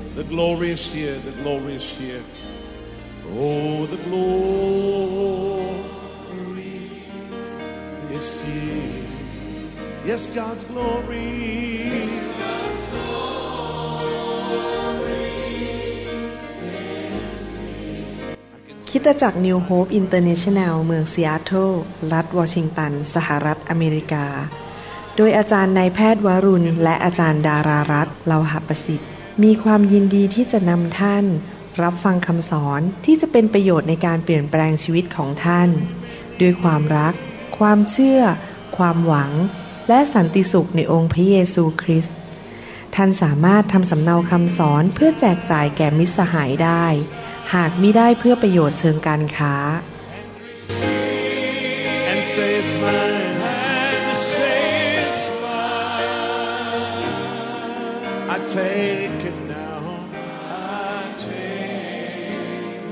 The glory is here. The glory is here. Oh, the glory is here. Yes, God's glory. Yes, God's glory is here. คริสตจักร New Hope International เมืองซีแอตเทิลรัฐวอชิงตันสหรัฐอเมริกาโดยอาจารย์นายแพทย์วรุณและอาจารย์ดารารัตน์เลาหประสิทธิ์มีความยินดีที่จะนำท่านรับฟังคำสอนที่จะเป็นประโยชน์ในการเปลี่ยนแปลงชีวิตของท่านด้วยความรักความเชื่อความหวังและสันติสุขในองค์พระเยซูคริสต์ท่านสามารถทำสำเนาคำสอนเพื่อแจกจ่ายแก่มิตรสหายได้หากมิได้เพื่อประโยชน์เชิงการค้า And say it's mine. And say it's mine. I take it now. I take it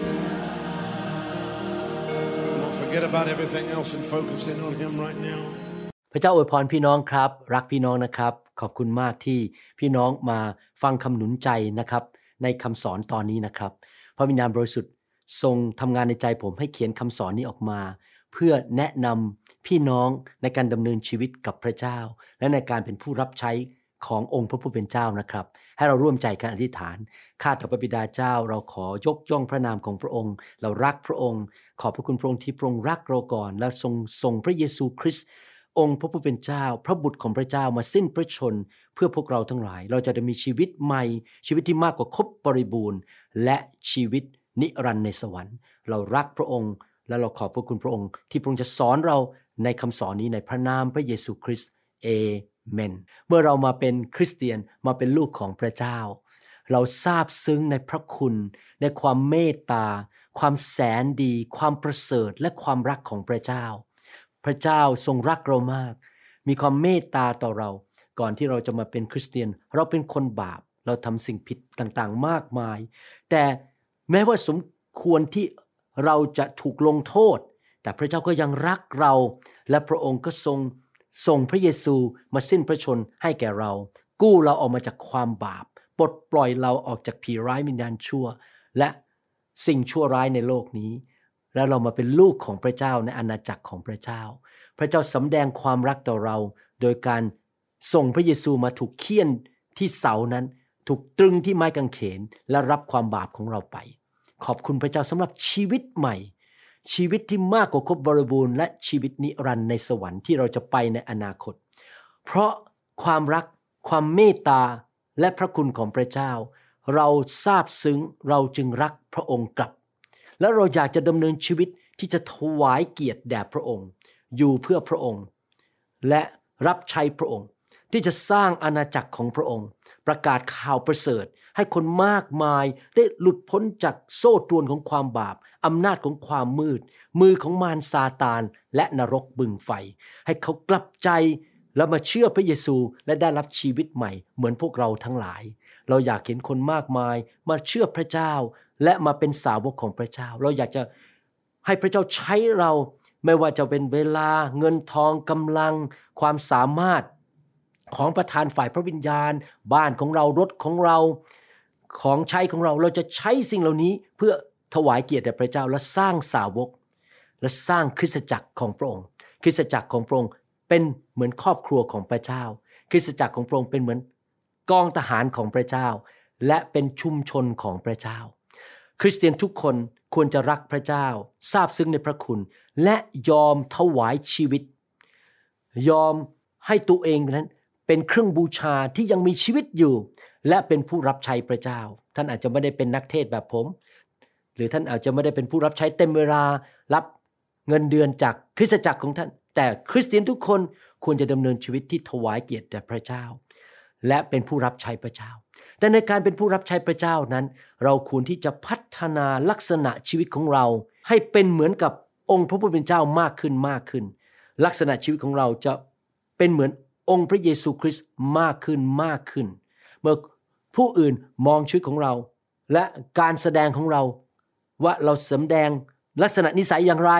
now. Don't forget about everything else and focus in on Him right now. พระเจ้าอวยพรพี่น้องครับรักพี่น้องนะครับขอบคุณมากที่พี่น้องมาฟังคำหนุนใจนะครับในคำสอนตอนนี้นะครับพระวิญญาณบริสุทธิ์ทรงทำงานในใจผมให้เขียนคำสอนนี้ออกมาเพื่อแนะนำพี่น้องในการดำเนินชีวิตกับพระเจ้าและในการเป็นผู้รับใช้ขององค์พระผู้เป็นเจ้านะครับให้เราร่วมใจกันอธิษฐานข้าแต่พระบิดาเจ้าเราขอยกย่องพระนามของพระองค์เรารักพระองค์ขอบพระคุณพระองค์ที่พระองค์รักเราก่อนและทรงส่งพระเยซูคริสต์องค์พระผู้เป็นเจ้าพระบุตรของพระเจ้ามาสิ้นพระชนเพื่อพวกเราทั้งหลายเราจะได้มีชีวิตใหม่ชีวิตที่มากกว่าครบบริบูรณ์และชีวิตนิรันดร์ในสวรรค์เรารักพระองค์และเราขอบพระคุณพระองค์ที่พระองค์จะสอนเราในคำสอนนี้ในพระนามพระเยซูคริสต์เอเมนเมื่อเรามาเป็นคริสเตียนมาเป็นลูกของพระเจ้าเราซาบซึ้งในพระคุณในความเมตตาความแสนดีความประเสริฐและความรักของพระเจ้าพระเจ้าทรงรักเรามากมีความเมตตาต่อเราก่อนที่เราจะมาเป็นคริสเตียนเราเป็นคนบาปเราทำสิ่งผิดต่างๆมากมายแต่แม้ว่าสมควรที่เราจะถูกลงโทษแต่พระเจ้าก็ยังรักเราและพระองค์ก็ทรงส่งพระเยซูมาสิ้นพระชนให้แก่เรากู้เราออกมาจากความบาปปลดปล่อยเราออกจากผีร้ายวิญญาณชั่วและสิ่งชั่วร้ายในโลกนี้แล้วเรามาเป็นลูกของพระเจ้าในอาณาจักรของพระเจ้าพระเจ้าสำแดงความรักต่อเราโดยการส่งพระเยซูมาถูกเฆี่ยนที่เสานั้นถูกตรึงที่ไม้กางเขนและรับความบาปของเราไปขอบคุณพระเจ้าสำหรับชีวิตใหม่ชีวิตที่มากกว่าครบบริบูรณ์และชีวิตนิรันดร์ในสวรรค์ที่เราจะไปในอนาคตเพราะความรักความเมตตาและพระคุณของพระเจ้าเราซาบซึ้งเราจึงรักพระองค์กลับและเราอยากจะดำเนินชีวิตที่จะถวายเกียรติแด่พระองค์อยู่เพื่อพระองค์และรับใช้พระองค์ที่จะสร้างอาณาจักรของพระองค์ประกาศข่าวประเสริฐให้คนมากมายได้หลุดพ้นจากโซ่ตรวนของความบาปอำนาจของความมืดมือของมารซาตานและนรกบึงไฟให้เขากลับใจแล้วมาเชื่อพระเยซูและได้รับชีวิตใหม่เหมือนพวกเราทั้งหลายเราอยากเห็นคนมากมายมาเชื่อพระเจ้าและมาเป็นสาวกของพระเจ้าเราอยากจะให้พระเจ้าใช้เราไม่ว่าจะเป็นเวลาเงินทองกำลังความสามารถของประธานฝ่ายพระวิญญาณบ้านของเรารถของเราของใช้ของเราเราจะใช้สิ่งเหล่านี้เพื่อถวายเกียรติแด่พระเจ้าและสร้างสาวกและสร้างคริสตจักรของพระองค์คริสตจักรของพระองค์เป็นเหมือนครอบครัวของพระเจ้าคริสตจักรของพระองค์เป็นเหมือนกองทหารของพระเจ้าและเป็นชุมชนของพระเจ้าคริสเตียนทุกคนควรจะรักพระเจ้าซาบซึ้งในพระคุณและยอมถวายชีวิตยอมให้ตัวเองนั้นเป็นเครื่องบูชาที่ยังมีชีวิตอยู่และเป็นผู้รับใช้พระเจ้าท่านอาจจะไม่ได้เป็นนักเทศน์แบบผมหรือท่านอาจจะไม่ได้เป็นผู้รับใช้เต็มเวลารับเงินเดือนจากคริสตจักรของท่านแต่คริสเตียนทุกคนควรจะดำเนินชีวิตที่ถวายเกียรติแด่พระเจ้าและเป็นผู้รับใช้พระเจ้าแต่ในการเป็นผู้รับใช้พระเจ้านั้นเราควรที่จะพัฒนาลักษณะชีวิตของเราให้เป็นเหมือนกับองค์พระผู้เป็นเจ้ามากขึ้นมากขึ้นลักษณะชีวิตของเราจะเป็นเหมือนองค์พระเยซูคริสต์มากขึ้นมากขึ้นเมื่อผู้อื่นมองชีวิตของเราและการแสดงของเราว่าเราแสดงลักษณะนิสัยอย่างไร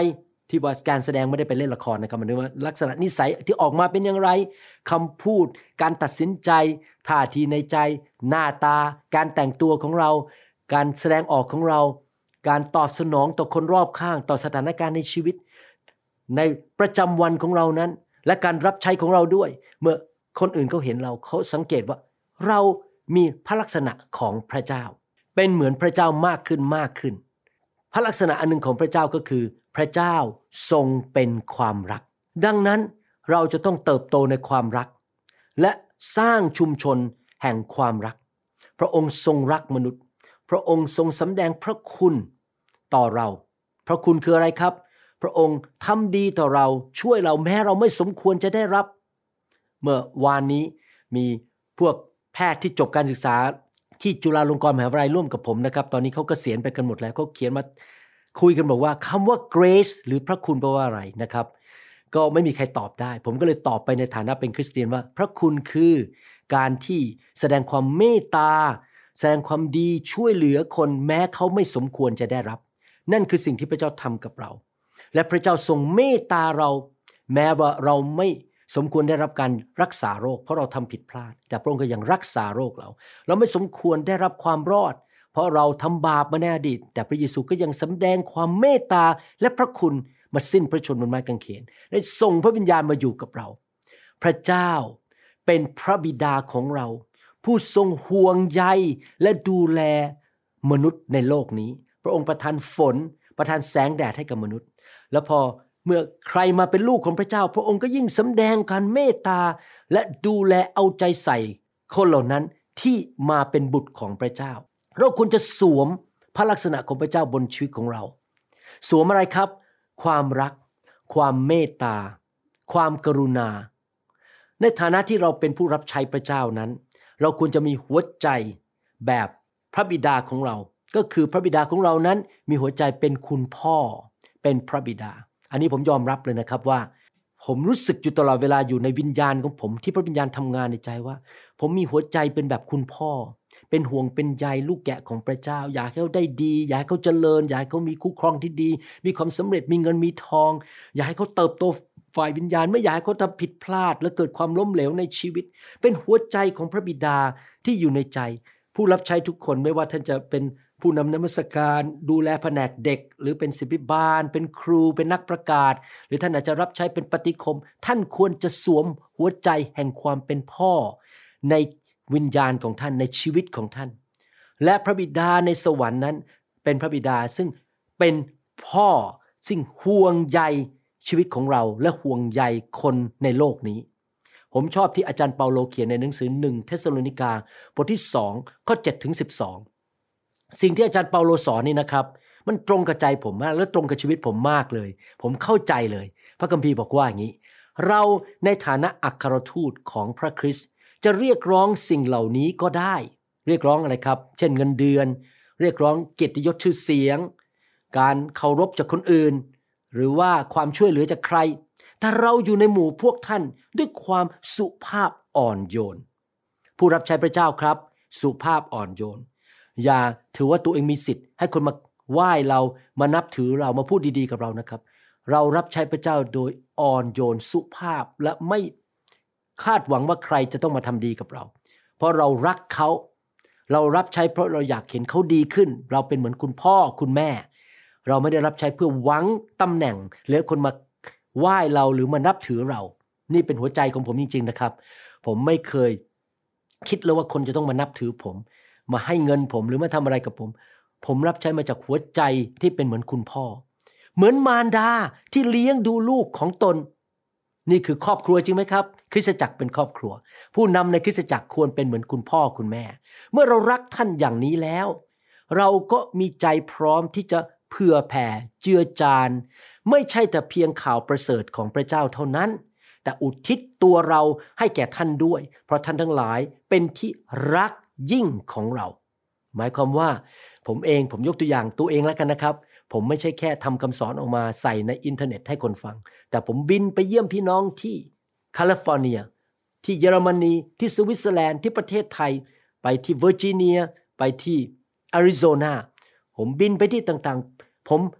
ที่ว่าการแสดงไม่ได้ไปเล่นละครนะครับมันเรียกว่าลักษณะนิสัยที่ออกมาเป็นอย่างไรคำพูดการตัดสินใจท่าทีในใจหน้าตาการแต่งตัวของเราการแสดงออกของเราการตอบสนองต่อคนรอบข้างต่อสถานการณ์ในชีวิตในประจำวันของเรานั้นและการรับใช้ของเราด้วยเมื่อคนอื่นเขาเห็นเราเขาสังเกตว่าเรามีพระลักษณะของพระเจ้าเป็นเหมือนพระเจ้ามากขึ้นมากขึ้นพระลักษณะอันหนึ่งของพระเจ้าก็คือพระเจ้าทรงเป็นความรักดังนั้นเราจะต้องเติบโตในความรักและสร้างชุมชนแห่งความรักพระองค์ทรงรักมนุษย์พระองค์ทรงสำแดงพระคุณต่อเราพระคุณคืออะไรครับพระองค์ทำดีต่อเราช่วยเราแม้เราไม่สมควรจะได้รับเมื่อวานนี้มีพวกแพทย์ที่จบการศึกษาที่จุฬาลงกรณ์มหาวิทยาลัยร่วมกับผมนะครับตอนนี้เขาเกษียณไปกันหมดแล้วเขาเขียนมาคุยกันบอกว่าคำว่า grace หรือพระคุณแปลว่าอะไรนะครับก็ไม่มีใครตอบได้ผมก็เลยตอบไปในฐานะเป็นคริสเตียนว่าพระคุณคือการที่แสดงความเมตตาแสดงความดีช่วยเหลือคนแม้เขาไม่สมควรจะได้รับนั่นคือสิ่งที่พระเจ้าทำกับเราและพระเจ้าทรงเมตตาเราแม้ว่าเราไม่สมควรได้รับการรักษาโรคเพราะเราทำผิดพลาดแต่พระองค์ก็ยังรักษาโรคเราไม่สมควรได้รับความรอดเพราะเราทำบาปมาในอดีตแต่พระเยซูก็ยังแสดงความเมตตาและพระคุณมาสิ้นพระชนม์บนไม้กางเขนและส่งพระวิญญาณมาอยู่กับเราพระเจ้าเป็นพระบิดาของเราผู้ทรงห่วงใยและดูแลมนุษย์ในโลกนี้พระองค์ประทานฝนประทานแสงแดดให้กับมนุษย์แล้วพอเมื่อใครมาเป็นลูกของพระเจ้าพระองค์ก็ยิ่งสำแดงการเมตตาและดูแลเอาใจใส่คนเหล่านั้นที่มาเป็นบุตรของพระเจ้าเราควรจะสวมพระลักษณะของพระเจ้าบนชีวิตของเราสวมอะไรครับความรักความเมตตาความกรุณาในฐานะที่เราเป็นผู้รับใช้พระเจ้านั้นเราควรจะมีหัวใจแบบพระบิดาของเราก็คือพระบิดาของเรานั้นมีหัวใจเป็นคุณพ่อเป็นพระบิดาอันนี้ผมยอมรับเลยนะครับว่าผมรู้สึกอยู่ตลอดเวลาอยู่ในวิญญาณของผมที่พระวิญญาณทำงานในใจว่าผมมีหัวใจเป็นแบบคุณพ่อเป็นห่วงเป็นใยลูกแกะของพระเจ้าอยากให้เขาได้ดีอยากให้เขาเจริญอยากให้เขามีคู่ครองที่ดีมีความสำเร็จมีเงินมีทองอยากให้เขาเติบโตฝ่ายวิญญาณไม่อยากให้เขาทำผิดพลาดและเกิดความล้มเหลวในชีวิตเป็นหัวใจของพระบิดาที่อยู่ในใจผู้รับใช้ทุกคนไม่ว่าท่านจะเป็นผู้นำนมัสการดูแลแผนกเด็กหรือเป็นศิบิบาลเป็นครูเป็นนักประกาศหรือท่านอาจจะรับใช้เป็นปฏิคมท่านควรจะสวมหัวใจแห่งความเป็นพ่อในวิญญาณของท่านในชีวิตของท่านและพระบิดาในสวรรค์นั้นเป็นพระบิดาซึ่งเป็นพ่อซึ่งห่วงใยชีวิตของเราและห่วงใยคนในโลกนี้ผมชอบที่อาจารย์เปาโลเขียนในหนังสือ1เธสซาโลนิกาบทที่2ข้อ7ถึง12สิ่งที่อาจารย์เปาโลสอนนี่นะครับมันตรงกับใจผมมากและตรงกับชีวิตผมมากเลยผมเข้าใจเลยพระคัมภีร์บอกว่าอย่างนี้เราในฐานะอัครทูตของพระคริสต์จะเรียกร้องสิ่งเหล่านี้ก็ได้เรียกร้องอะไรครับเช่นเงินเดือนเรียกร้องเกียรติยศชื่อเสียงการเคารพจากคนอื่นหรือว่าความช่วยเหลือจากใครแต่เราอยู่ในหมู่พวกท่านด้วยความสุภาพอ่อนโยนผู้รับใช้พระเจ้าครับสุภาพอ่อนโยนอย่าถือว่าตัวเองมีสิทธิ์ให้คนมาไหว้เรามานับถือเรามาพูดดีๆกับเรานะครับเรารับใช้พระเจ้าโดยอ่อนโยนสุภาพและไม่คาดหวังว่าใครจะต้องมาทำดีกับเราเพราะเรารักเขาเรารับใช้เพราะเราอยากเห็นเขาดีขึ้นเราเป็นเหมือนคุณพ่อคุณแม่เราไม่ได้รับใช้เพื่อหวังตำแหน่งหรือคนมาไหว้เราหรือมานับถือเรานี่เป็นหัวใจของผมจริงๆนะครับผมไม่เคยคิดเลยว่าคนจะต้องมานับถือผมมาให้เงินผมหรือมาทำอะไรกับผมรับใช้มาจากหัวใจที่เป็นเหมือนคุณพ่อเหมือนมารดาที่เลี้ยงดูลูกของตนนี่คือครอบครัวจริงไหมครับคริสตจักรเป็นครอบครัวผู้นำในคริสตจักรควรเป็นเหมือนคุณพ่อคุณแม่เมื่อเรารักท่านอย่างนี้แล้วเราก็มีใจพร้อมที่จะเผื่อแผ่เจือจานไม่ใช่แต่เพียงข่าวประเสริฐของพระเจ้าเท่านั้นแต่อุทิศตัวเราให้แก่ท่านด้วยเพราะท่านทั้งหลายเป็นที่รักยิ่งของเราหมายความว่าผมยกตัวอย่างตัวเองแล้วกันนะครับผมไม่ใช่แค่ทำคำสอนออกมาใส่ในอินเทอร์เน็ตให้คนฟังแต่ผมบินไปเยี่ยมพี่น้องที่แคลิฟอร์เนียที่เยอรมนีที่สวิตเซอร์แลนด์ที่ประเทศไทยไปที่เวอร์จิเนียไปที่แอริโซนาผมบินไปที่ต่างๆผม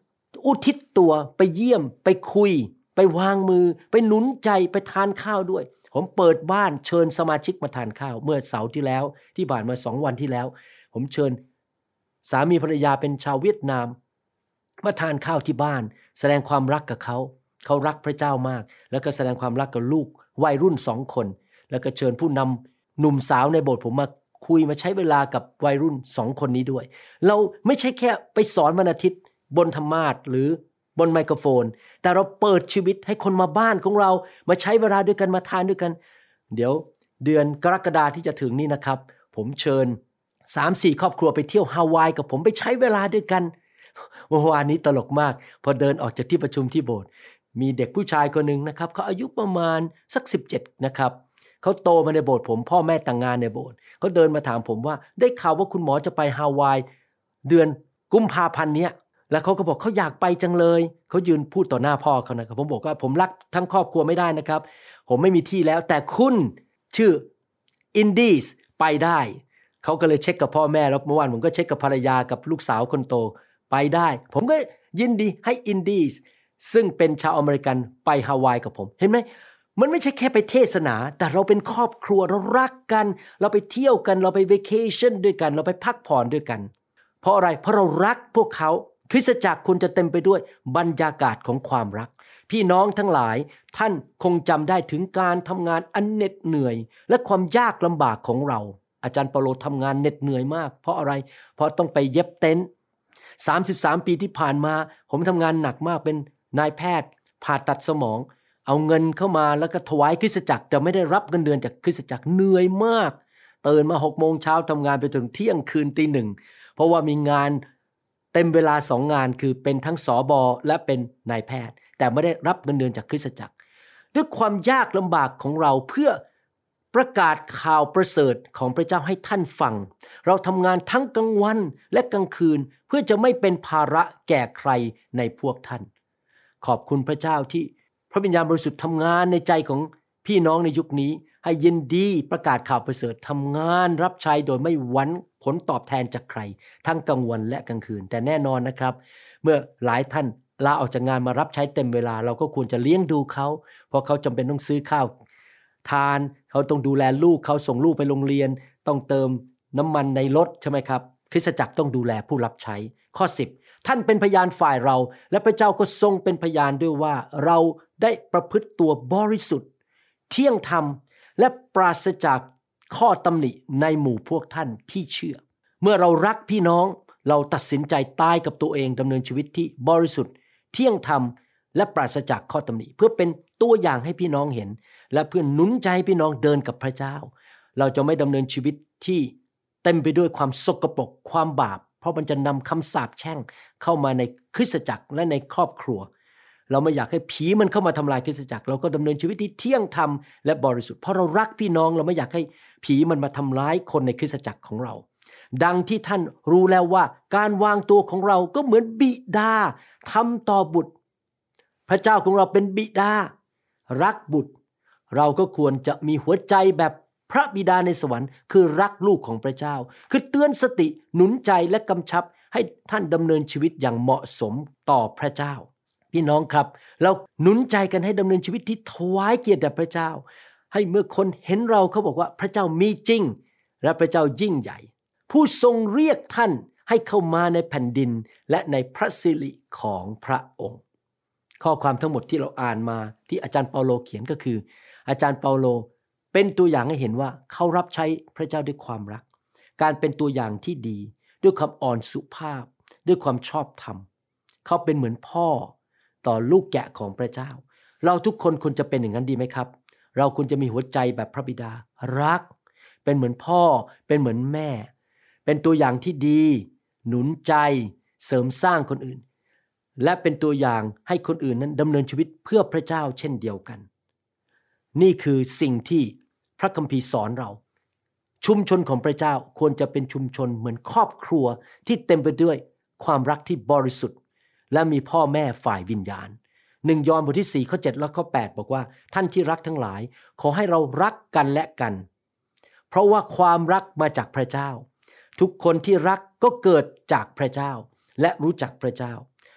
อุทิศตัวไปเยี่ยมไปคุยไปวางมือไปหนุนใจไปทานข้าวด้วยผมเปิดบ้านเชิญสมาชิกมาทานข้าวเมื่อเสาร์ที่แล้วที่ผ่านมา2 วันที่แล้วผมเชิญสามีภรรยาเป็นชาวเวียดนามมาทานข้าวที่บ้านแสดงความรักกับเขารักพระเจ้ามากแล้วก็แสดงความรักกับลูกวัยรุ่น2 คนแล้วก็เชิญผู้นำหนุ่มสาวในโบสถ์ผมมาคุยมาใช้เวลากับวัยรุ่น2 คนนี้ด้วยเราไม่ใช่แค่ไปสอนวันอาทิตย์บนธรรมาสน์หรือบนไมโครโฟนแต่เราเปิดชีวิตให้คนมาบ้านของเรามาใช้เวลาด้วยกันมาทานด้วยกันเดี๋ยวเดือนกรกฎาคมที่จะถึงนี้นะครับผมเชิญ 3-4 ครอบครัวไปเที่ยวฮาวายกับผมไปใช้เวลาด้วยกันเมื่อวานนี้ตลกมากพอเดินออกจากที่ประชุมที่โบสถ์มีเด็กผู้ชายคนหนึ่งนะครับเขาอายุประมาณสัก17นะครับเขาโตมาในโบสถ์ผมพ่อแม่แต่งงานในโบสถ์เขาเดินมาถามผมว่าได้ข่าวว่าคุณหมอจะไปฮาวายเดือนกุมภาพันธ์เนี้ยแล้วเขาก็บอกเขาอยากไปจังเลยเขายืนพูดต่อหน้าพ่อเขานะครับผมบอกว่าผมรักทั้งครอบครัวไม่ได้นะครับผมไม่มีที่แล้วแต่คุณชื่ออินดี้ไปได้เขาก็เลยเช็คกับพ่อแม่แล้วเมื่อวานผมก็เช็คกับภรรยากับลูกสาวคนโตไปได้ผมก็ยินดีให้อินดี้ซึ่งเป็นชาวอเมริกันไปฮาวายกับผมเห็นไหมมันไม่ใช่แค่ไปเทศนาแต่เราเป็นครอบครัวเรารักกันเราไปเที่ยวกันเราไปเวเคชั่นด้วยกันเราไปพักผ่อนด้วยกันเพราะอะไรเพราะเรารักพวกเขาคริสตจักรคุณจะเต็มไปด้วยบรรยากาศของความรักพี่น้องทั้งหลายท่านคงจำได้ถึงการทำงานอันเหน็ดเหนื่อยและความยากลำบากของเราอาจารย์เปาโลทำงานเหน็ดเหนื่อยมากเพราะอะไรเพราะต้องไปเย็บเต็นท์33 ปีที่ผ่านมาผมทำงานหนักมากเป็นนายแพทย์ผ่าตัดสมองเอาเงินเข้ามาแล้วก็ถวายคริสตจักรแต่ไม่ได้รับเงินเดือนจากคริสตจักรเหนื่อยมากตื่นมา6 โมงเช้าทำงานไปถึงเที่ยงคืนตี 1เพราะว่ามีงานเต็มเวลา2 งานคือเป็นทั้งสบและเป็นนายแพทย์แต่ไม่ได้รับเงินเดือนจากคริสตจักรด้วยความยากลำบากของเราเพื่อประกาศข่าวประเสริฐของพระเจ้าให้ท่านฟังเราทำงานทั้งกลางวันและกลางคืนเพื่อจะไม่เป็นภาระแก่ใครในพวกท่านขอบคุณพระเจ้าที่พระวิญญาณบริสุทธิ์ทำงานในใจของพี่น้องในยุคนี้ให้ยินดีประกาศข่าวประเสริฐทำงานรับใช้โดยไม่หวังผลตอบแทนจากใครทั้งกลางวันและกลางคืนแต่แน่นอนนะครับเมื่อหลายท่านลาออกจากงานมารับใช้เต็มเวลาเราก็ควรจะเลี้ยงดูเขาเพราะเขาจำเป็นต้องซื้อข้าวทานเขาต้องดูแลลูกเขาส่งลูกไปโรงเรียนต้องเติมน้ำมันในรถใช่ไหมครับคริสตจักรต้องดูแลผู้รับใช้ข้อ10ท่านเป็นพยานฝ่ายเราและพระเจ้าก็ทรงเป็นพยานด้วยว่าเราได้ประพฤติตัวบริสุทธิ์เที่ยงธรรมและปราศจากข้อตำหนิในหมู่พวกท่านที่เชื่อเมื่อเรารักพี่น้องเราตัดสินใจตายกับตัวเองดำเนินชีวิตที่บริสุทธิ์เที่ยงธรรมและปราศจากข้อตำหนิเพื่อเป็นตัวอย่างให้พี่น้องเห็นและเพื่อหนุนใจให้พี่น้องเดินกับพระเจ้าเราจะไม่ดำเนินชีวิตที่เต็มไปด้วยความสกปรกความบาปเพราะมันจะนำคำสาปแช่งเข้ามาในคริสตจักรและในครอบครัวเราไม่อยากให้ผีมันเข้ามาทำลายคริสตจักรเราก็ดำเนินชีวิตที่เที่ยงธรรมและบริสุทธิ์เพราะเรารักพี่น้องเราไม่อยากให้ผีมันมาทำร้ายคนในคริสตจักรของเราดังที่ท่านรู้แล้วว่าการวางตัวของเราก็เหมือนบิดาทำต่อบุตรพระเจ้าของเราเป็นบิดารักบุตรเราก็ควรจะมีหัวใจแบบพระบิดาในสวรรค์คือรักลูกของพระเจ้าคือเตือนสติหนุนใจและกำชับให้ท่านดำเนินชีวิตอย่างเหมาะสมต่อพระเจ้าพี่น้องครับเราหนุนใจกันให้ดำเนินชีวิตที่ถวายเกียรติแด่พระเจ้าให้เมื่อคนเห็นเราเขาบอกว่าพระเจ้ามีจริงและพระเจ้ายิ่งใหญ่ผู้ทรงเรียกท่านให้เข้ามาในแผ่นดินและในพระสิริของพระองค์ข้อความทั้งหมดที่เราอ่านมาที่อาจารย์เปาโลเขียนก็คืออาจารย์เปาโลเป็นตัวอย่างให้เห็นว่าเขารับใช้พระเจ้าด้วยความรักการเป็นตัวอย่างที่ดีด้วยความอ่อนสุภาพด้วยความชอบธรรมเขาเป็นเหมือนพ่อต่อลูกแกะของพระเจ้าเราทุกคนควรจะเป็นอย่างนั้นดีไหมครับเราควรจะมีหัวใจแบบพระบิดารักเป็นเหมือนพ่อเป็นเหมือนแม่เป็นตัวอย่างที่ดีหนุนใจเสริมสร้างคนอื่นและเป็นตัวอย่างให้คนอื่นนั้นดำเนินชีวิตเพื่อพระเจ้าเช่นเดียวกันนี่คือสิ่งที่พระคัมภีร์สอนเราชุมชนของพระเจ้าควรจะเป็นชุมชนเหมือนครอบครัวที่เต็มไปด้วยความรักที่บริสุทธิ์และมีพ่อแม่ฝ่ายวิญญาณ1 ยอห์นบทที่4ข้อ7และข้อ8บอกว่าท่านที่รักทั้งหลายขอให้เรารักกันและกันเพราะว่าความรักมาจากพระเจ้าทุกคนที่รักก็เกิดจากพระเจ้าและรู้จักพระเจ้า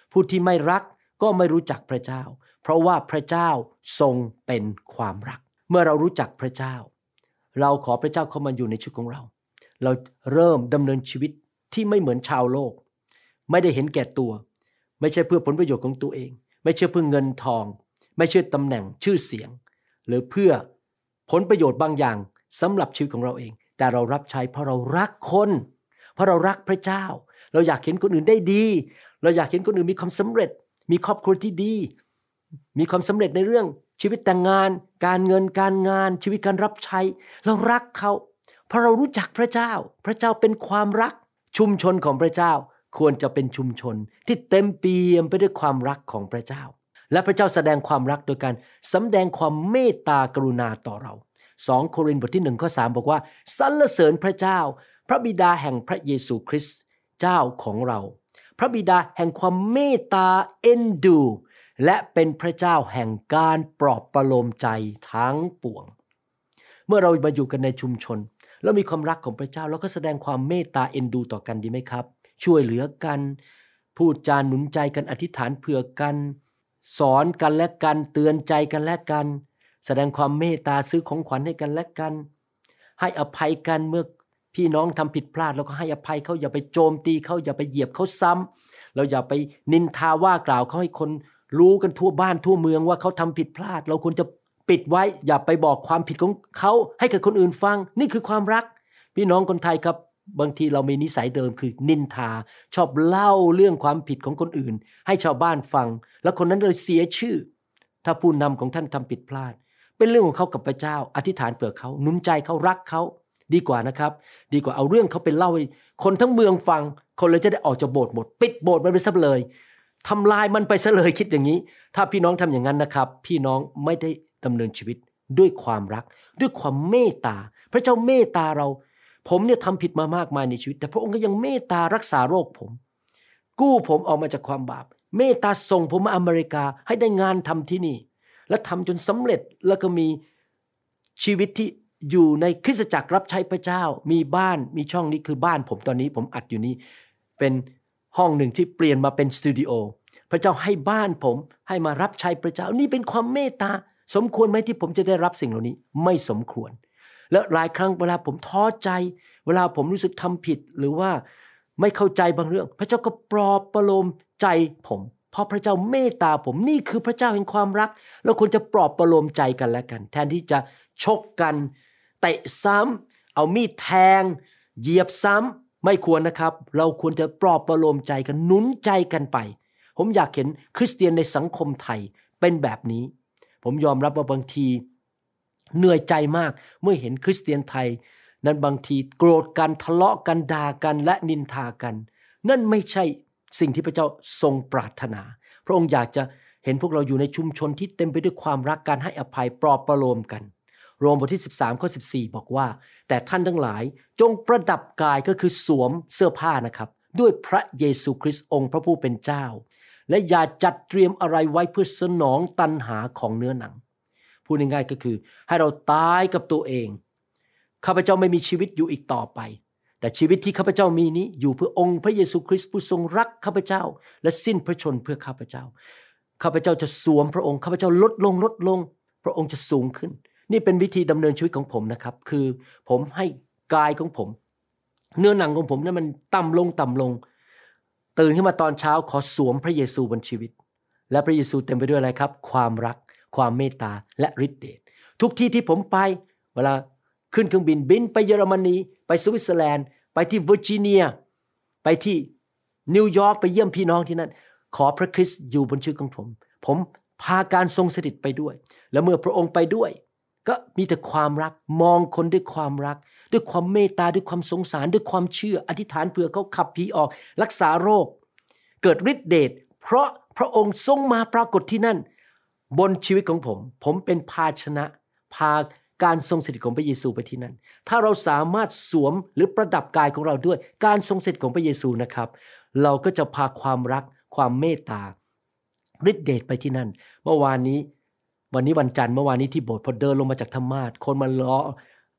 ผู้ที่ไม่รักก็ไม่รู้จักพระเจ้าเพราะว่าพระเจ้าทรงเป็นความรักเมื่อเรารู้จักพระเจ้าเราขอพระเจ้าเข้ามาอยู่ในชีวิตของเราเราเริ่มดำเนินชีวิตที่ไม่เหมือนชาวโลกไม่ได้เห็นแก่ตัวไม่ใช่เพื่อผลประโยชน์ของตัวเองไม่ใช่เพื่อเงินทองไม่ใช่ตำแหน่งชื่อเสียงหรือเพื่อผลประโยชน์บางอย่างสำหรับชีวิตของเราเองแต่เรารับใช้เพราะเรารักคนเพราะเรารักพระเจ้าเราอยากเห็นคนอื่นได้ดีเราอยากเห็นคนอื่นมีความสำเร็จมีครอบครัวที่ดีมีความสำเร็จในเรื่องชีวิตแต่งงานการเงินการงานชีวิตการรับใช้เรารักเขาเพราะเรารู้จักพระเจ้าพระเจ้าเป็นความรักชุมชนของพระเจ้าควรจะเป็นชุมชนที่เต็มเปี่ยมไปด้วยความรักของพระเจ้าและพระเจ้าแสดงความรักโดยการสำแดงความเมตตากรุณาต่อเรา2โครินธ์บทที่1ข้อ3บอกว่าสรรเสริญพระเจ้าพระบิดาแห่งพระเยซูคริสต์เจ้าของเราพระบิดาแห่งความเมตตาเอ็นดูและเป็นพระเจ้าแห่งการปลอบประโลมใจทั้งปวงเมื่อเรามาอยู่กันในชุมชนแล้วมีความรักของพระเจ้าแล้วก็แสดงความเมตตาเอ็นดูต่อกันดีไหมครับช่วยเหลือกันพูดจาหนุนใจกันอธิษฐานเผื่อกันสอนกันและกันเตือนใจกันและกันแสดงความเมตตาซื้อของขวัญให้กันและกันให้อภัยกันเมื่อพี่น้องทำผิดพลาดเราก็ให้อภัยเขาอย่าไปโจมตีเขาอย่าไปเหยียบเขาซ้ำเราอย่าไปนินทาว่ากล่าวเขาให้คนรู้กันทั่วบ้านทั่วเมืองว่าเขาทำผิดพลาดเราควรจะปิดไว้อย่าไปบอกความผิดของเขาให้กับคนอื่นฟังนี่คือความรักพี่น้องคนไทยครับบางทีเรามีนิสัยเดิมคือนินทาชอบเล่าเรื่องความผิดของคนอื่นให้ชาวบ้านฟังแล้วคนนั้นเลยเสียชื่อถ้าผู้นำของท่านทำผิดพลาดเป็นเรื่องของเขากับพระเจ้าอธิษฐานเผื่อเขาหนุนใจเขารักเขาดีกว่านะครับดีกว่าเอาเรื่องเขาไปเล่าให้คนทั้งเมืองฟังคนเลยจะได้ออกจากโบสถ์หมดปิดโบสถ์มันไปซะเลยทำลายมันไปซะเลยคิดอย่างนี้ถ้าพี่น้องทำอย่างนั้นนะครับพี่น้องไม่ได้ดำเนินชีวิตด้วยความรักด้วยความเมตตาพระเจ้าเมตตาเราผมเนี่ยทำผิดมามากมายในชีวิตแต่พระองค์ก็ยังเมตตารักษาโรคผมกู้ผมออกมาจากความบาปเมตตาส่งผมมาอเมริกาให้ได้งานทำที่นี่และทำจนสำเร็จแล้วก็มีชีวิตที่อยู่ในคริสตจักรรับใช้พระเจ้ามีบ้านมีช่องนี้คือบ้านผมตอนนี้ผมอัดอยู่นี่เป็นห้องหนึ่งที่เปลี่ยนมาเป็นสตูดิโอพระเจ้าให้บ้านผมให้มารับใช้พระเจ้านี่เป็นความเมตตาสมควรไหมที่ผมจะได้รับสิ่งเหล่านี้ไม่สมควรและหลายครั้งเวลาผมท้อใจเวลาผมรู้สึกทำผิดหรือว่าไม่เข้าใจบางเรื่องพระเจ้าก็ปลอบประโลมใจผมเพราะพระเจ้าเมตตาผมนี่คือพระเจ้าแห่งความรักเราควรจะปลอบประโลมใจกันและกันแทนที่จะชกกันเตะซ้ำเอามีดแทงเหยียบซ้ำไม่ควรนะครับเราควรจะปลอบประโลมใจกันหนุนใจกันไปผมอยากเห็นคริสเตียนในสังคมไทยเป็นแบบนี้ผมยอมรับว่าบางทีเหนื่อยใจมากเมื่อเห็นคริสเตียนไทยนั้นบางทีโกรธกันทะเลาะกันด่ากันและนินทากันนั่นไม่ใช่สิ่งที่พระเจ้าทรงปรารถนาพระองค์อยากจะเห็นพวกเราอยู่ในชุมชนที่เต็มไปด้วยความรักการให้อภัยปลอบประโลมกันโรมบทที่13ข้อ14บอกว่าแต่ท่านทั้งหลายจงประดับกายก็คือสวมเสื้อผ้านะครับด้วยพระเยซูคริสต์องค์พระผู้เป็นเจ้าและอย่าจัดเตรียมอะไรไว้เพื่อสนองตัณหาของเนื้อหนังพูดง่ายๆก็คือให้เราตายกับตัวเองข้าพเจ้าไม่มีชีวิตอยู่อีกต่อไปแต่ชีวิตที่ข้าพเจ้ามีนี้อยู่เพื่อองค์พระเยซูคริสต์ผู้ทรงรักข้าพเจ้าและสิ้นพระชนเพื่อข้าพเจ้าข้าพเจ้าจะสวมพระองค์ข้าพเจ้าลดลงพระองค์จะสูงขึ้นนี่เป็นวิธีดำเนินชีวิตของผมนะครับคือผมให้กายของผมเนื้อหนังของผมนั้นมันต่ำลงตื่นขึ้นมาตอนเช้าขอสวมพระเยซูบนชีวิตและพระเยซูเต็มไปด้วยอะไรครับความรักความเมตตาและฤทธิ์เดชทุกที่ที่ผมไปเวลาขึ้นเครื่องบินไปเยอรมนีไปสวิตเซอร์แลนด์ไปที่เวอร์จิเนียไปที่นิวยอร์กไปเยี่ยมพี่น้องที่นั่นขอพระคริสต์อยู่บนชีวิตของผมพาการทรงสถิตไปด้วยและเมื่อพระองค์ไปด้วยก็มีแต่ความรักมองคนด้วยความรักด้วยความเมตตาด้วยความสงสารด้วยความเชื่ออธิษฐานเผื่อเขาขับผีออกรักษาโรคเกิดฤทธิ์เดชเพราะพระองค์ทรงมาปรากฏที่นั่นบนชีวิตของผมเป็นภาชนะพาการทรงสถิตของพระเยซูไปที่นั่นถ้าเราสามารถสวมหรือประดับกายของเราด้วยการทรงสถิตของพระเยซูนะครับเราก็จะพาความรักความเมตตาฤทธิ์เดชไปที่นั่นวันนี้วันจันทร์เมื่อวานนี้ที่โบสถ์พอเดินลงมาจากธรรมาสน์คนมาล้อ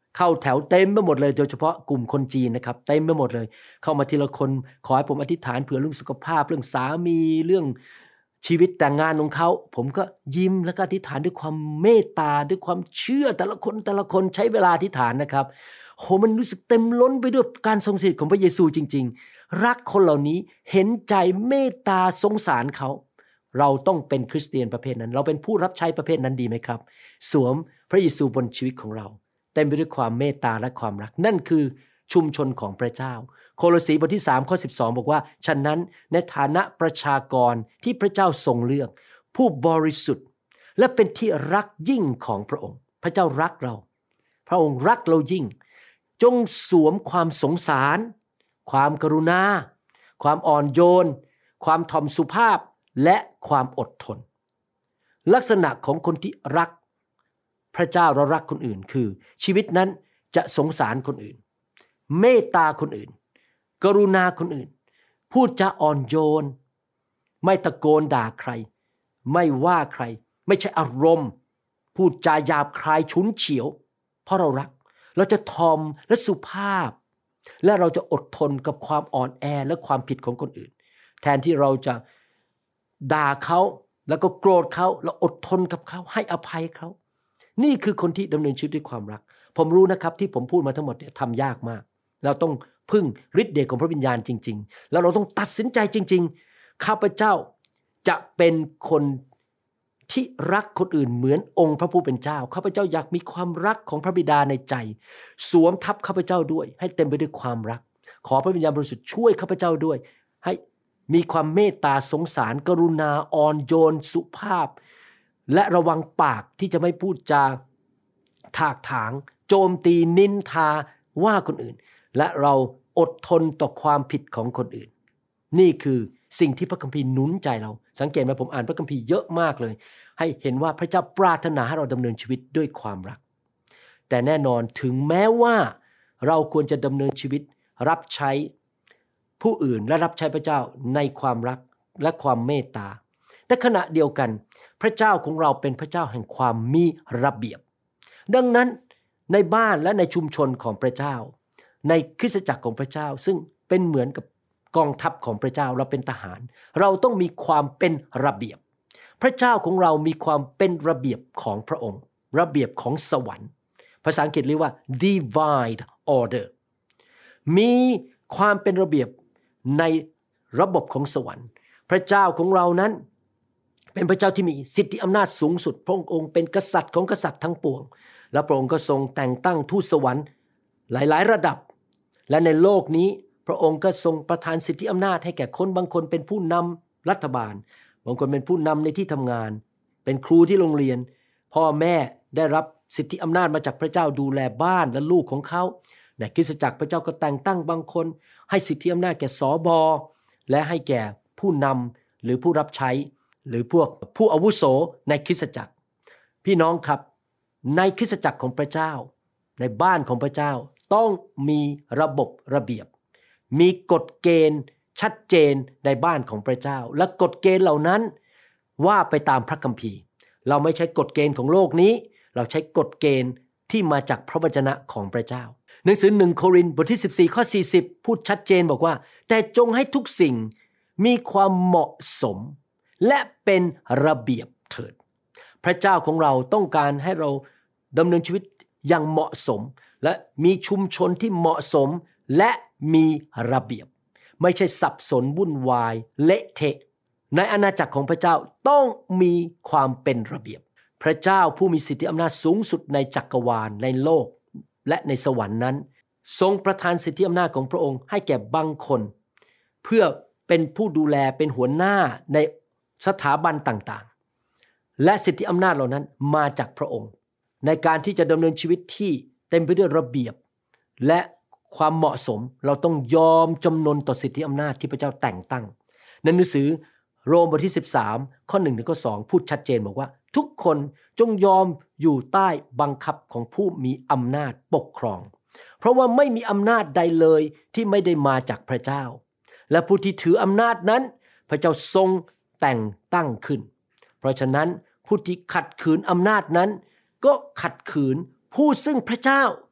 เข้าแถวเต็มไปหมดเลยโดยเฉพาะกลุ่มคนจีนนะครับเต็มไปหมดเลยเข้ามาทีละคนขอให้ผมอธิษฐานเผื่อเรื่องสุขภาพเรื่องสามีเรื่องชีวิตแต่งงานของเขาผมก็ยิ้มแล้วก็อธิษฐานด้วยความเมตตาด้วยความเชื่อแต่ละคนใช้เวลาอธิษฐานนะครับโหมันรู้สึกเต็มล้นไปด้วยการทรงสถิตของพระเยซูจริงๆรักคนเหล่านี้เห็นใจเมตตาสงสารเขาเราต้องเป็นคริสเตียนประเภทนั้นเราเป็นผู้รับใช้ประเภทนั้นดีไหมครับสวมพระเยซูบนชีวิตของเราเต็มไปด้วยความเมตตาและความรักนั่นคือชุมชนของพระเจ้าโคโลสีบทที่3ข้อ12บอกว่าฉะนั้นในฐานะประชากรที่พระเจ้าทรงเลือกผู้บริสุทธิ์และเป็นที่รักยิ่งของพระองค์พระเจ้ารักเราพระองค์รักเรายิ่งจงสวมความสงสารความกรุณาความอ่อนโยนความถ่อมสุภาพและความอดทนลักษณะของคนที่รักพระเจ้าและรักคนอื่นคือชีวิตนั้นจะสงสารคนอื่นเมตตาคนอื่นกรุณาคนอื่นพูดจาอ่อนโยนไม่ตะโกนด่าใครไม่ว่าใครไม่ใช่อารมณ์พูดจาหยาบคายฉุนเฉียวเพราะเรารักเราจะทอมและสุภาพและเราจะอดทนกับความอ่อนแอและความผิดของคนอื่นแทนที่เราจะด่าเขาแล้วก็โกรธเขาแล้วอดทนกับเขาให้อภัยเขานี่คือคนที่ดำเนินชีวิตด้วยความรักผมรู้นะครับที่ผมพูดมาทั้งหมดเนี่ยทำยากมากเราต้องพึ่งฤทธิ์เดชของพระวิญญาณจริงๆแล้วเราต้องตัดสินใจจริงๆข้าพเจ้าจะเป็นคนที่รักคนอื่นเหมือนองค์พระผู้เป็นเจ้าข้าพเจ้าอยากมีความรักของพระบิดาในใจสวมทับข้าพเจ้าด้วยให้เต็มไปด้วยความรักขอพระวิญญาณบริสุทธิ์ช่วยข้าพเจ้าด้วยให้มีความเมตตาสงสารกรุณาอ่อนโยนสุภาพและระวังปากที่จะไม่พูดจาถากถางโจมตีนินทาว่าคนอื่นและเราอดทนต่อความผิดของคนอื่นนี่คือสิ่งที่พระคัมภีร์หนุนใจเราสังเกตไหมผมอ่านพระคัมภีร์เยอะมากเลยให้เห็นว่าพระเจ้าปรารถนาให้เราดำเนินชีวิตด้วยความรักแต่แน่นอนถึงแม้ว่าเราควรจะดำเนินชีวิตรับใช้ผู้อื่นและรับใช้พระเจ้าในความรักและความเมตตาแต่ขณะเดียวกันพระเจ้าของเราเป็นพระเจ้าแห่งความมีระเบียบดังนั้นในบ้านและในชุมชนของพระเจ้าในคริสตจักรของพระเจ้าซึ่งเป็นเหมือนกับกองทัพของพระเจ้าเราเป็นทหารเราต้องมีความเป็นระเบียบพระเจ้าของเรามีความเป็นระเบียบของพระองค์ระเบียบของสวรรค์ภาษาอังกฤษเรียกว่า divine order มีความเป็นระเบียบในระบบของสวรรค์พระเจ้าของเรานั้นเป็นพระเจ้าที่มีสิทธิอำนาจสูงสุดพระองค์เป็นกษัตริย์ของกษัตริย์ทั้งปวงและพระองค์ก็ทรงแต่งตั้งทูตสวรรค์หลายๆระดับและในโลกนี้พระองค์ก็ทรงประทานสิทธิอำนาจให้แก่คนบางคนเป็นผู้นำรัฐบาลบางคนเป็นผู้นำในที่ทำงานเป็นครูที่โรงเรียนพ่อแม่ได้รับสิทธิอำนาจมาจากพระเจ้าดูแลบ้านและลูกของเขาในคริสตจักรพระเจ้าก็แต่งตั้งบางคนให้สิทธิอำนาจแก่สบและให้แก่ผู้นำหรือผู้รับใช้หรือพวกผู้อาวุโสในคริสตจักรพี่น้องครับในคริสตจักรของพระเจ้าในบ้านของพระเจ้าต้องมีระบบระเบียบมีกฎเกณฑ์ชัดเจนในบ้านของพระเจ้าและกฎเกณฑ์เหล่านั้นว่าไปตามพระคัมภีร์เราไม่ใช้กฎเกณฑ์ของโลกนี้เราใช้กฎเกณฑ์ที่มาจากพระวจนะของพระเจ้าหนังสือ1โครินธ์บทที่14ข้อ40พูดชัดเจนบอกว่าแต่จงให้ทุกสิ่งมีความเหมาะสมและเป็นระเบียบเถิดพระเจ้าของเราต้องการให้เราดำเนินชีวิตอย่างเหมาะสมและมีชุมชนที่เหมาะสมและมีระเบียบไม่ใช่สับสนวุ่นวายเละเทะในอาณาจักรของพระเจ้าต้องมีความเป็นระเบียบพระเจ้าผู้มีสิทธิอำนาจสูงสุดในจักรวาลในโลกและในสวรรค์นั้นทรงประทานสิทธิอำนาจของพระองค์ให้แก่บางคนเพื่อเป็นผู้ดูแลเป็นหัวหน้าในสถาบันต่างๆและสิทธิอำนาจเหล่านั้นมาจากพระองค์ในการที่จะดำเนินชีวิตที่เต็มไปด้วยระเบียบและความเหมาะสมเราต้องยอมจำนนต่อสิทธิอำนาจที่พระเจ้าแต่งตั้งในหนังสือโรมบทที่13ข้อ1ถึงข้อ2พูดชัดเจนบอกว่าทุกคนจงยอมอยู่ใต้บังคับของผู้มีอำนาจปกครองเพราะว่าไม่มีอำนาจใดเลยที่ไม่ได้มาจากพระเจ้าและผู้ที่ถืออำนาจนั้นพระเจ้าทรงแต่งตั้งขึ้นเพราะฉะนั้นผู้ที่ขัดขืนอำนาจนั้นก็ขัดขืนผู้ซึ่งพระเจ้า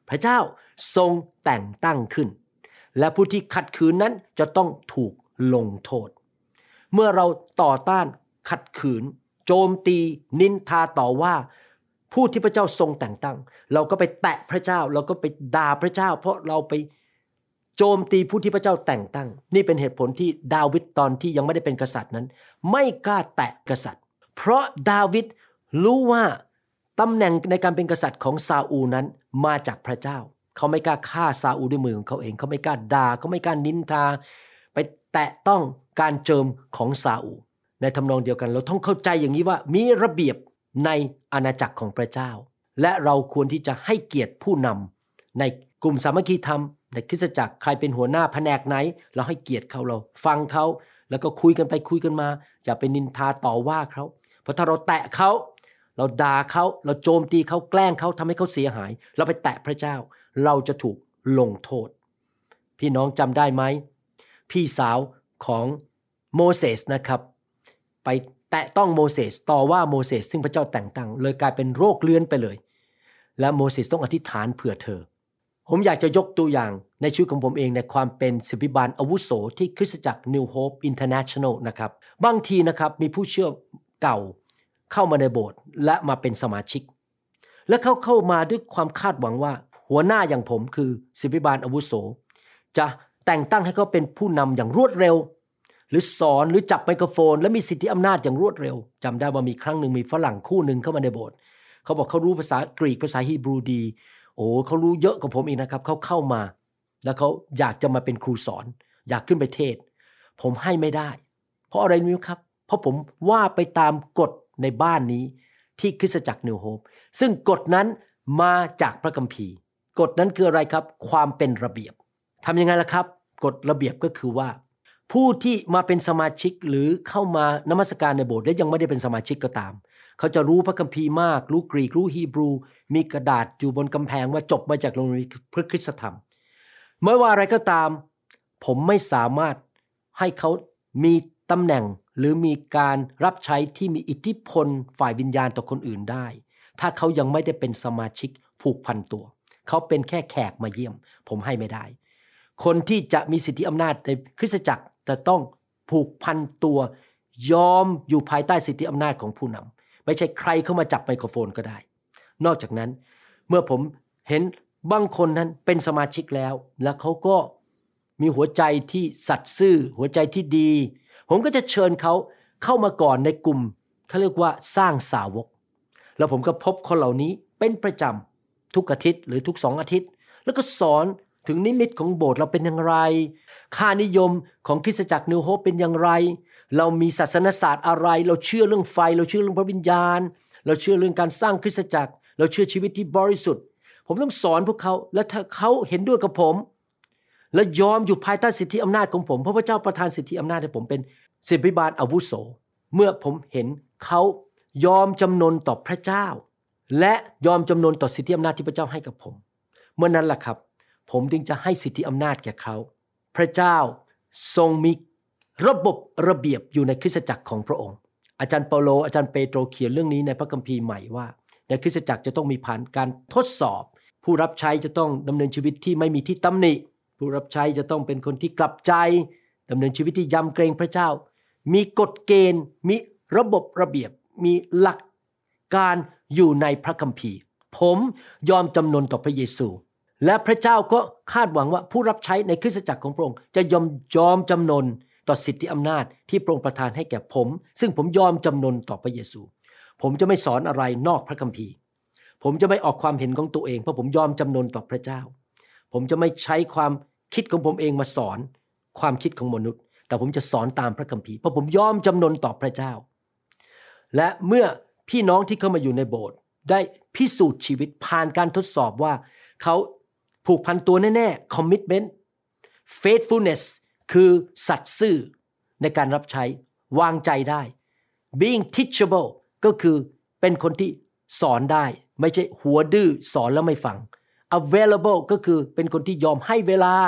พระเจ้าทรงแต่งตั้งขึ้นและผู้ที่ขัดขืนนั้นจะต้องถูกลงโทษเมื่อเราต่อต้านขัดขืนโจมตีนินทาต่อว่าผู้ที่พระเจ้าทรงแต่งตั้งเราก็ไปแตะพระเจ้าเราก็ไปด่าพระเจ้าเพราะเราไปโจมตีผู้ที่พระเจ้าแต่งตั้งนี่เป็นเหตุผลที่ดาวิดตอนที่ยังไม่ได้เป็นกษัตริย์นั้นไม่กล้าแตะกษัตริย์เพราะดาวิดรู้ว่าตำแหน่งในการเป็นกษัตริย์ของซาอูลนั้นมาจากพระเจ้าเขาไม่กล้าฆ่าซาอูลด้วยมือของเขาเองเขาไม่กล้าด่าเขาไม่กล้านินทาไปแตะต้องการเจิมของซาอูลในทำนองเดียวกันเราต้องเข้าใจอย่างนี้ว่ามีระเบียบในอาณาจักรของพระเจ้าและเราควรที่จะให้เกียรติผู้นำในกลุ่มสามัคคีธรรมในคริสตจักรใครเป็นหัวหน้าแผนกไหนเราให้เกียรติเขาเราฟังเขาแล้วก็คุยกันไปคุยกันมาอย่าไปนินทาต่อว่าเขาเพราะถ้าเราแตะเขาเราด่าเขาเราโจมตีเขาแกล้งเขาทำให้เขาเสียหายเราไปแตะพระเจ้าเราจะถูกลงโทษพี่น้องจำได้ไหมพี่สาวของโมเสสนะครับไปแตะต้องโมเสสต่อว่าโมเสสซึ่งพระเจ้าแต่งตั้งเลยกลายเป็นโรคเลื้อนไปเลยและโมเสสต้องอธิษฐานเผื่อเธอผมอยากจะยกตัวอย่างในชีวิตของผมเองในความเป็นศิษยาภิบาลอาวุโสที่คริสตจักร New Hope International นะครับบางทีนะครับมีผู้เชื่อเก่าเข้ามาในโบสถ์และมาเป็นสมาชิกและเขาเข้ามาด้วยความคาดหวังว่าหัวหน้าอย่างผมคือศิษยาภิบาลอาวุโสจะแต่งตั้งให้เขาเป็นผู้นำอย่างรวดเร็วหรือสอนหรือจับไมโครโฟนและมีสิทธิอำนาจอย่างรวดเร็วจำได้ว่ามีครั้งหนึ่งมีฝรั่งคู่หนึ่งเข้ามาในโบสถ์เขาบอกเขารู้ภาษากรีกภาษาฮีบรูดีโอ้เขารู้เยอะกว่าผมอีกนะครับเขาเข้ามาแล้วเขาอยากจะมาเป็นครูสอนอยากขึ้นไปเทศผมให้ไม่ได้เพราะอะไรรู้ไหมครับเพราะผมว่าไปตามกฎในบ้านนี้ที่คริสตจักร New Hope ซึ่งกฎนั้นมาจากพระคัมภีร์กฎนั้นคืออะไรครับความเป็นระเบียบทำยังไงล่ะครับกฎระเบียบก็คือว่าผู้ที่มาเป็นสมาชิกหรือเข้ามานมัสการในโบสถ์และยังไม่ได้เป็นสมาชิกก็ตามเขาจะรู้พระคัมภีร์มากรู้กรีกรู้ฮีบรูมีกระดาษอยู่บนกำแพงว่าจบมาจากโรงเรียนพระคริสตธรรมไม่ว่าอะไรก็ตามผมไม่สามารถให้เขามีตำแหน่งหรือมีการรับใช้ที่มีอิทธิพลฝ่ายวิญญาณต่อคนอื่นได้ถ้าเขายังไม่ได้เป็นสมาชิกผูกพันตัวเขาเป็นแค่แขกมาเยี่ยมผมให้ไม่ได้คนที่จะมีสิทธิอำนาจในคริสตจักรจะต้องผูกพันตัวยอมอยู่ภายใต้สิทธิอำนาจของผู้นำไม่ใช่ใครเข้ามาจับไมโครโฟนก็ได้นอกจากนั้นเมื่อผมเห็นบางคนนั้นเป็นสมาชิกแล้วเขาก็มีหัวใจที่สัตย์ซื่อหัวใจที่ดีผมก็จะเชิญเขาเข้ามาก่อนในกลุ่มเขาเรียกว่าสร้างสาวกแล้วผมก็พบคนเหล่านี้เป็นประจำทุกอาทิตย์หรือทุก2 อาทิตย์แล้วก็สอนถึงนิมิตของโบสถ์เราเป็นอย่างไรค่านิยมของคริสตจักร New Hope เป็นอย่างไรเรามีศาสนศาสตร์อะไรเราเชื่อเรื่องไฟเราเชื่อเรื่องพระวิญญาณเราเชื่อเรื่องการสร้างคริสตจักรเราเชื่อชีวิตที่บริสุทธิ์ผมต้องสอนพวกเขาและถ้าเขาเห็นด้วยกับผมและยอมอยู่ภายใต้สิทธิอำนาจของผมเพราะพระเจ้าประทานสิทธิอำนาจให้ผมเป็นศิษยาภิบาลอาวุโสเมื่อผมเห็นเขายอมจำนนต่อพระเจ้าและยอมจำนนต่อสิทธิอำนาจที่พระเจ้าให้กับผมเมื่อนั้นล่ะครับผมจึงจะให้สิทธิอำนาจแก่เขาพระเจ้าทรงมีระบบระเบียบอยู่ในคริสตจักรของพระองค์อาจารย์เปาโลอาจารย์เปโตรเขียนเรื่องนี้ในพระคัมภีร์ใหม่ว่าในคริสตจักรจะต้องมีผ่านการทดสอบผู้รับใช้จะต้องดำเนินชีวิตที่ไม่มีที่ตำหนิผู้รับใช้จะต้องเป็นคนที่กลับใจดำเนินชีวิตที่ยำเกรงพระเจ้ามีกฎเกณฑ์มีระบบระเบียบมีหลักการอยู่ในพระคัมภีร์ผมยอมจำนนต่อพระเยซูและพระเจ้าก็คาดหวังว่าผู้รับใช้ในคริสตจักรของพระองค์จะยอมจำนนต่อสิทธิอำนาจที่พระองค์ประทานให้แก่ผมซึ่งผมยอมจำนนต่อพระเยซูผมจะไม่สอนอะไรนอกพระคัมภีร์ผมจะไม่ออกความเห็นของตัวเองเพราะผมยอมจำนนต่อพระเจ้าผมจะไม่ใช้ความคิดของผมเองมาสอนความคิดของมนุษย์แต่ผมจะสอนตามพระคัมภีร์เพราะผมยอมจำนนต่อพระเจ้าและเมื่อพี่น้องที่เข้ามาอยู่ในโบสถ์ได้พิสูจน์ชีวิตผ่านการทดสอบว่าเขาผูกพันตัวแน่ๆ commitment faithfulness คือสัตย์ซื่อในการรับใช้วางใจได้ being teachable ก็คือเป็นคนที่สอนได้ไม่ใช่หัวดื้อสอนแล้วไม่ฟัง available ก็คือเป็นคนที่ยอมให้เวลา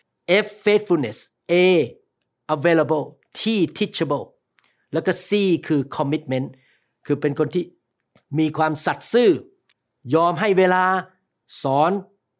F faithfulness A available T teachable แล้วก็ C คือ commitment คือเป็นคนที่มีความสัตย์ซื่อยอมให้เวลาสอน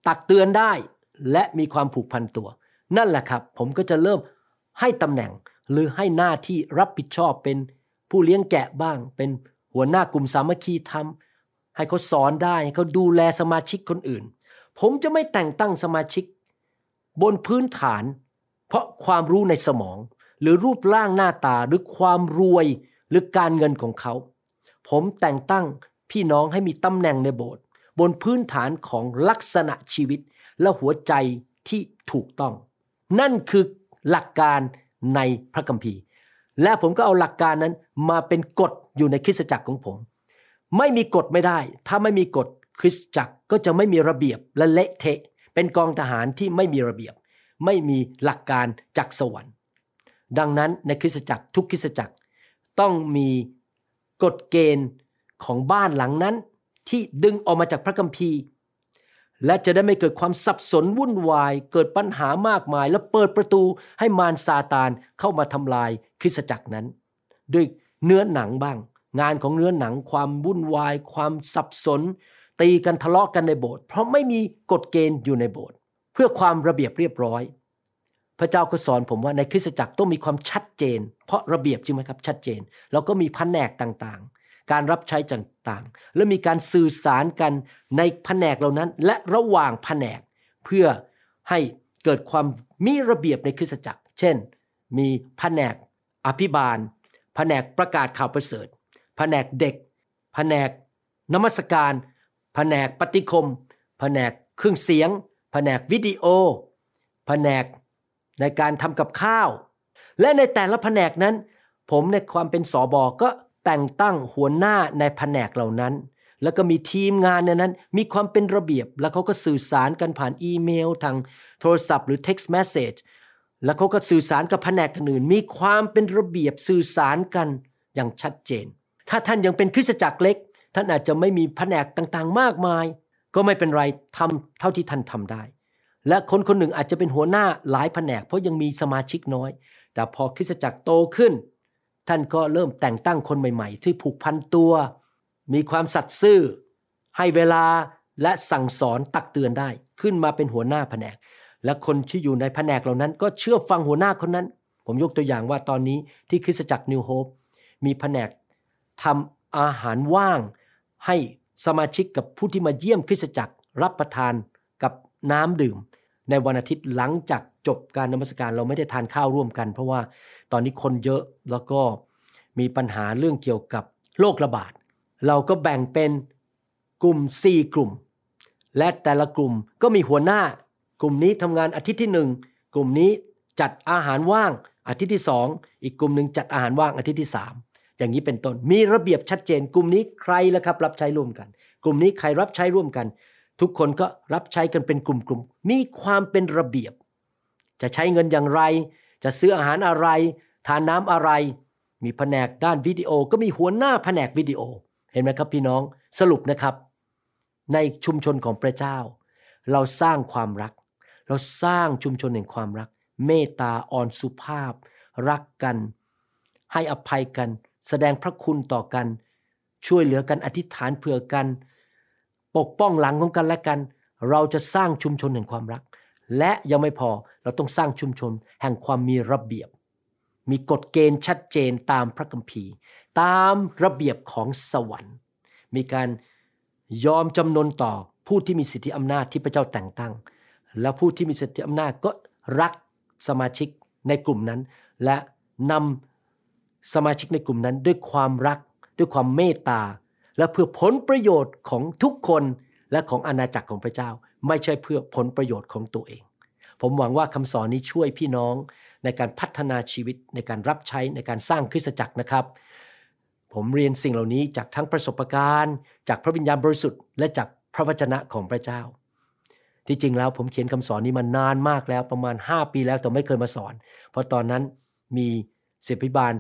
ตักเตือนได้และมีความผูกพันตัวนั่นแหละครับผมก็จะเริ่มให้ตำแหน่งหรือให้หน้าที่รับผิดชอบเป็นผู้เลี้ยงแกะบ้างเป็นหัวหน้ากลุ่มสามัคคีธรรมให้เขาสอนได้ให้เขาดูแลสมาชิกคนอื่นผมจะไม่แต่งตั้งสมาชิกบนพื้นฐานเพราะความรู้ในสมองหรือรูปร่างหน้าตาหรือความรวยหรือการเงินของเขาผมแต่งตั้งพี่น้องให้มีตำแหน่งในโบสถ์บนพื้นฐานของลักษณะชีวิตและหัวใจที่ถูกต้องนั่นคือหลักการในพระคัมภีร์และผมก็เอาหลักการนั้นมาเป็นกฎอยู่ในคริสตจักรของผมไม่มีกฎไม่ได้ถ้าไม่มีกฎคริสตจักรก็จะไม่มีระเบียบและเละเทะเป็นกองทหารที่ไม่มีระเบียบไม่มีหลักการจากสวรรค์ดังนั้นในคริสตจักรทุกคริสตจักรต้องมีกฎเกณฑ์ของบ้านหลังนั้นที่ดึงออกมาจากพระคัมภีร์และจะได้ไม่เกิดความสับสนวุ่นวายเกิดปัญหามากมายและเปิดประตูให้มารซาตานเข้ามาทำลายคริสตจักรนั้นด้วยเนื้อหนังบ้างงานของเนื้อหนังความวุ่นวายความสับสนตีกันทะเลาะกันในโบสถ์เพราะไม่มีกฎเกณฑ์อยู่ในโบสถ์เพื่อความระเบียบเรียบร้อยพระเจ้าก็สอนผมว่าในคริสตจักรต้องมีความชัดเจนเพราะระเบียบใช่ไหมครับชัดเจนแล้วก็มีแผนกต่างๆการรับใช้ต่างๆและมีการสื่อสารกันในแผนกเหล่านั้นและระหว่างแผนกเพื่อให้เกิดความมีระเบียบในคริสตจักรเช่นมีแผนกอภิบาลแผนกประกาศข่าวประเสริฐแผนกเด็กแผนกนมัสการแผนกปฏิคมแผนกเครื่องเสียงแผนกวิดีโอแผนกในการทำกับข้าวและในแต่ละแผนกนั้นผมในความเป็นสบก็แต่งตั้งหัวหน้าในแผนกเหล่านั้นแล้วก็มีทีมงานในนั้นมีความเป็นระเบียบแล้วเขาก็สื่อสารกันผ่านอีเมลทางโทรศัพท์หรือ text message แล้วเขาก็สื่อสารกับแผนกอื่นมีความเป็นระเบียบสื่อสารกันอย่างชัดเจนถ้าท่านยังเป็นคริสตจักรเล็กท่านอาจจะไม่มีแผนกต่างๆมากมายก็ไม่เป็นไรทำเท่าที่ท่านทำได้และคนคนหนึ่งอาจจะเป็นหัวหน้าหลายแผนกเพราะยังมีสมาชิกน้อยแต่พอคริสตจักรโตขึ้นท่านก็เริ่มแต่งตั้งคนใหม่ๆที่ผูกพันตัวมีความสัตย์ซื่อให้เวลาและสั่งสอนตักเตือนได้ขึ้นมาเป็นหัวหน้าแผนกและคนที่อยู่ในแผนกเหล่านั้นก็เชื่อฟังหัวหน้าคนนั้นผมยกตัวอย่างว่าตอนนี้ที่คริสตจักรนิวโฮปมีแผนกทำอาหารว่างให้สมาชิกกับผู้ที่มาเยี่ยมคริสตจักรรับประทานกับน้ำดื่มในวันอาทิตย์หลังจากจบการนมัสการเราไม่ได้ทานข้าวร่วมกันเพราะว่าตอนนี้คนเยอะแล้วก็มีปัญหาเรื่องเกี่ยวกับโรคระบาดเราก็แบ่งเป็นกลุ่ม4กลุ่มและแต่ละกลุ่มก็มีหัวหน้ากลุ่มนี้ทำงานอาทิตย์ที่1กลุ่มนี้จัดอาหารว่างอาทิตย์ที่2อีกกลุ่มนึงจัดอาหารว่างอาทิตย์ที่3อย่างนี้เป็นต้นมีระเบียบชัดเจนกลุ่มนี้ใครล่ะครับรับใช้ร่วมกันกลุ่มนี้ใครรับใช้ร่วมกันทุกคนก็รับใช้กันเป็นกลุ่มๆมีความเป็นระเบียบจะใช้เงินอย่างไรจะซื้ออาหารอะไรทานน้ำอะไรมีแผนกด้านวิดีโอก็มีหัวหน้าแผนกวิดีโอเห็นไหมครับพี่น้องสรุปนะครับในชุมชนของพระเจ้าเราสร้างความรักเราสร้างชุมชนแห่งความรักเมตตาอ่อนสุภาพรักกันให้อภัยกันแสดงพระคุณต่อกันช่วยเหลือกันอธิษฐานเผื่อกันปกป้องหลังของกันและกันเราจะสร้างชุมชนแห่งความรักและยังไม่พอเราต้องสร้างชุมชนแห่งความมีระเบียบมีกฎเกณฑ์ชัดเจนตามพระคัมภีร์ตามระเบียบของสวรรค์มีการยอมจำนนต่อผู้ที่มีสิทธิอำนาจที่พระเจ้าแต่งตั้งและผู้ที่มีสิทธิอำนาจก็รักสมาชิกในกลุ่มนั้นและนำสมาชิกในกลุ่มนั้นด้วยความรักด้วยความเมตตาและเพื่อผลประโยชน์ของทุกคนและของอาณาจักรของพระเจ้าไม่ใช่เพื่อผลประโยชน์ของตัวเองผมหวังว่าคำสอนนี้ช่วยพี่น้องในการพัฒนาชีวิตในการรับใช้ในการสร้างคริสตจักรนะครับผมเรียนสิ่งเหล่านี้จากทั้งประสบการณ์จากพระวิญญาณบริสุทธิ์และจากพระวจนะของพระเจ้าที่จริงแล้วผมเขียนคำสอนนี้มานานมากแล้วประมาณ5 ปีแล้วแต่ไม่เคยมาสอนเพราะตอนนั้นมีศิษยาภิบาล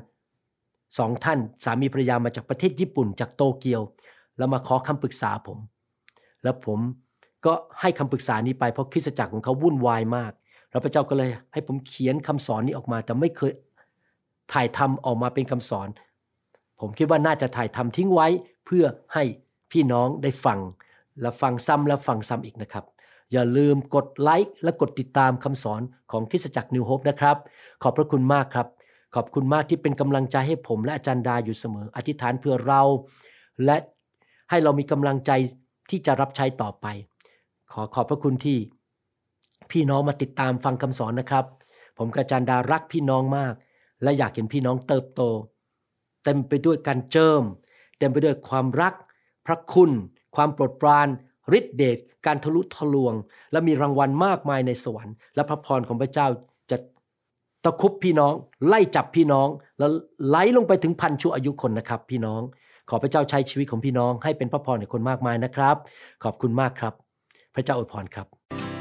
2 ท่านสามีภรรยามาจากประเทศญี่ปุ่นจากโตเกียวแล้วมาขอคำปรึกษาผมแล้วผมก็ให้คำปรึกษานี้ไปเพราะคริสตจักรของเขาวุ่นวายมากแล้วพระเจ้าก็เลยให้ผมเขียนคำสอนนี้ออกมาแต่ไม่เคยถ่ายทำออกมาเป็นคำสอนผมคิดว่าน่าจะถ่ายทำทิ้งไว้เพื่อให้พี่น้องได้ฟังและฟังซ้ำและฟังซ้ำอีกนะครับอย่าลืมกดไลค์และกดติดตามคำสอนของคริสตจักร New Hope นะครับขอบพระคุณมากครับขอบคุณมากที่เป็นกำลังใจให้ผมและอาจารย์ดาอยู่เสมออธิษฐานเพื่อเราและให้เรามีกำลังใจที่จะรับใช้ต่อไปขอบพระคุณที่พี่น้องมาติดตามฟังคำสอนนะครับผมกับอาจารย์ดารักพี่น้องมากและอยากเห็นพี่น้องเติบโตเต็มไปด้วยการเจิมเต็มไปด้วยความรักพระคุณความโปรดปรานฤทธิเดชการทะลุทะลวงและมีรางวัลมากมายในสวรรค์และพระพรของพระเจ้าจะตะคุบพี่น้องไล่จับพี่น้องแล้วไหลลงไปถึงพันชั่วอายุคนนะครับพี่น้องขอพระเจ้าใช้ชีวิตของพี่น้องให้เป็นพระพรแก่คนมากมายนะครับขอบคุณมากครับพระเจ้าอวยพรครับ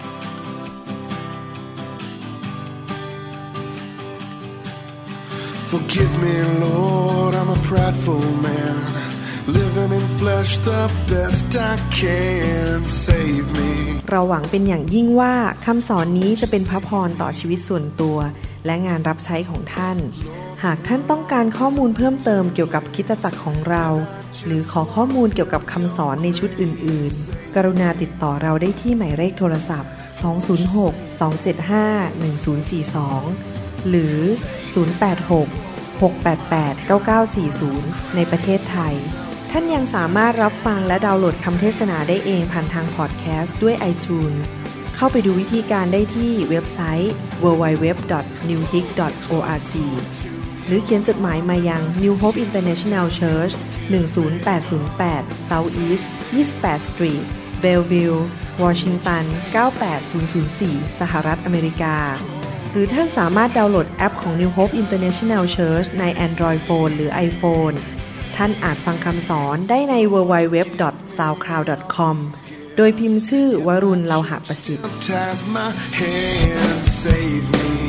Forgive me, Lord, I'm a prideful man, living in flesh the best I can. Save me. เราหวังเป็นอย่างยิ่งว่าคำสอนนี้จะเป็นพระพรต่อชีวิตส่วนตัวและงานรับใช้ของท่านหากท่านต้องการข้อมูลเพิ่มเติมเกี่ยวกับคริสตจักรของเราหรือขอข้อมูลเกี่ยวกับคำสอนในชุดอื่นๆกรุณาติดต่อเราได้ที่หมายเลขโทรศัพท์206-275-1042หรือ086-688-9940ในประเทศไทยท่านยังสามารถรับฟังและดาวน์โหลดคำเทศนาได้เองผ่านทางพอดแคสต์ด้วย iTunes เข้าไปดูวิธีการได้ที่เว็บไซต์ www.newhope.org หรือเขียนจดหมายมายัง New Hope International Church 10808 South East 28 Street Bellevue Washington 98004 สหรัฐอเมริกาหรือท่านสามารถดาวน์โหลดแอปของ New Hope International Church ใน Android Phone หรือ iPhone ท่านอาจฟังคำสอนได้ใน www.soundcloud.com โดยพิมพ์ชื่อวรุณ เลาหะประสิทธิ์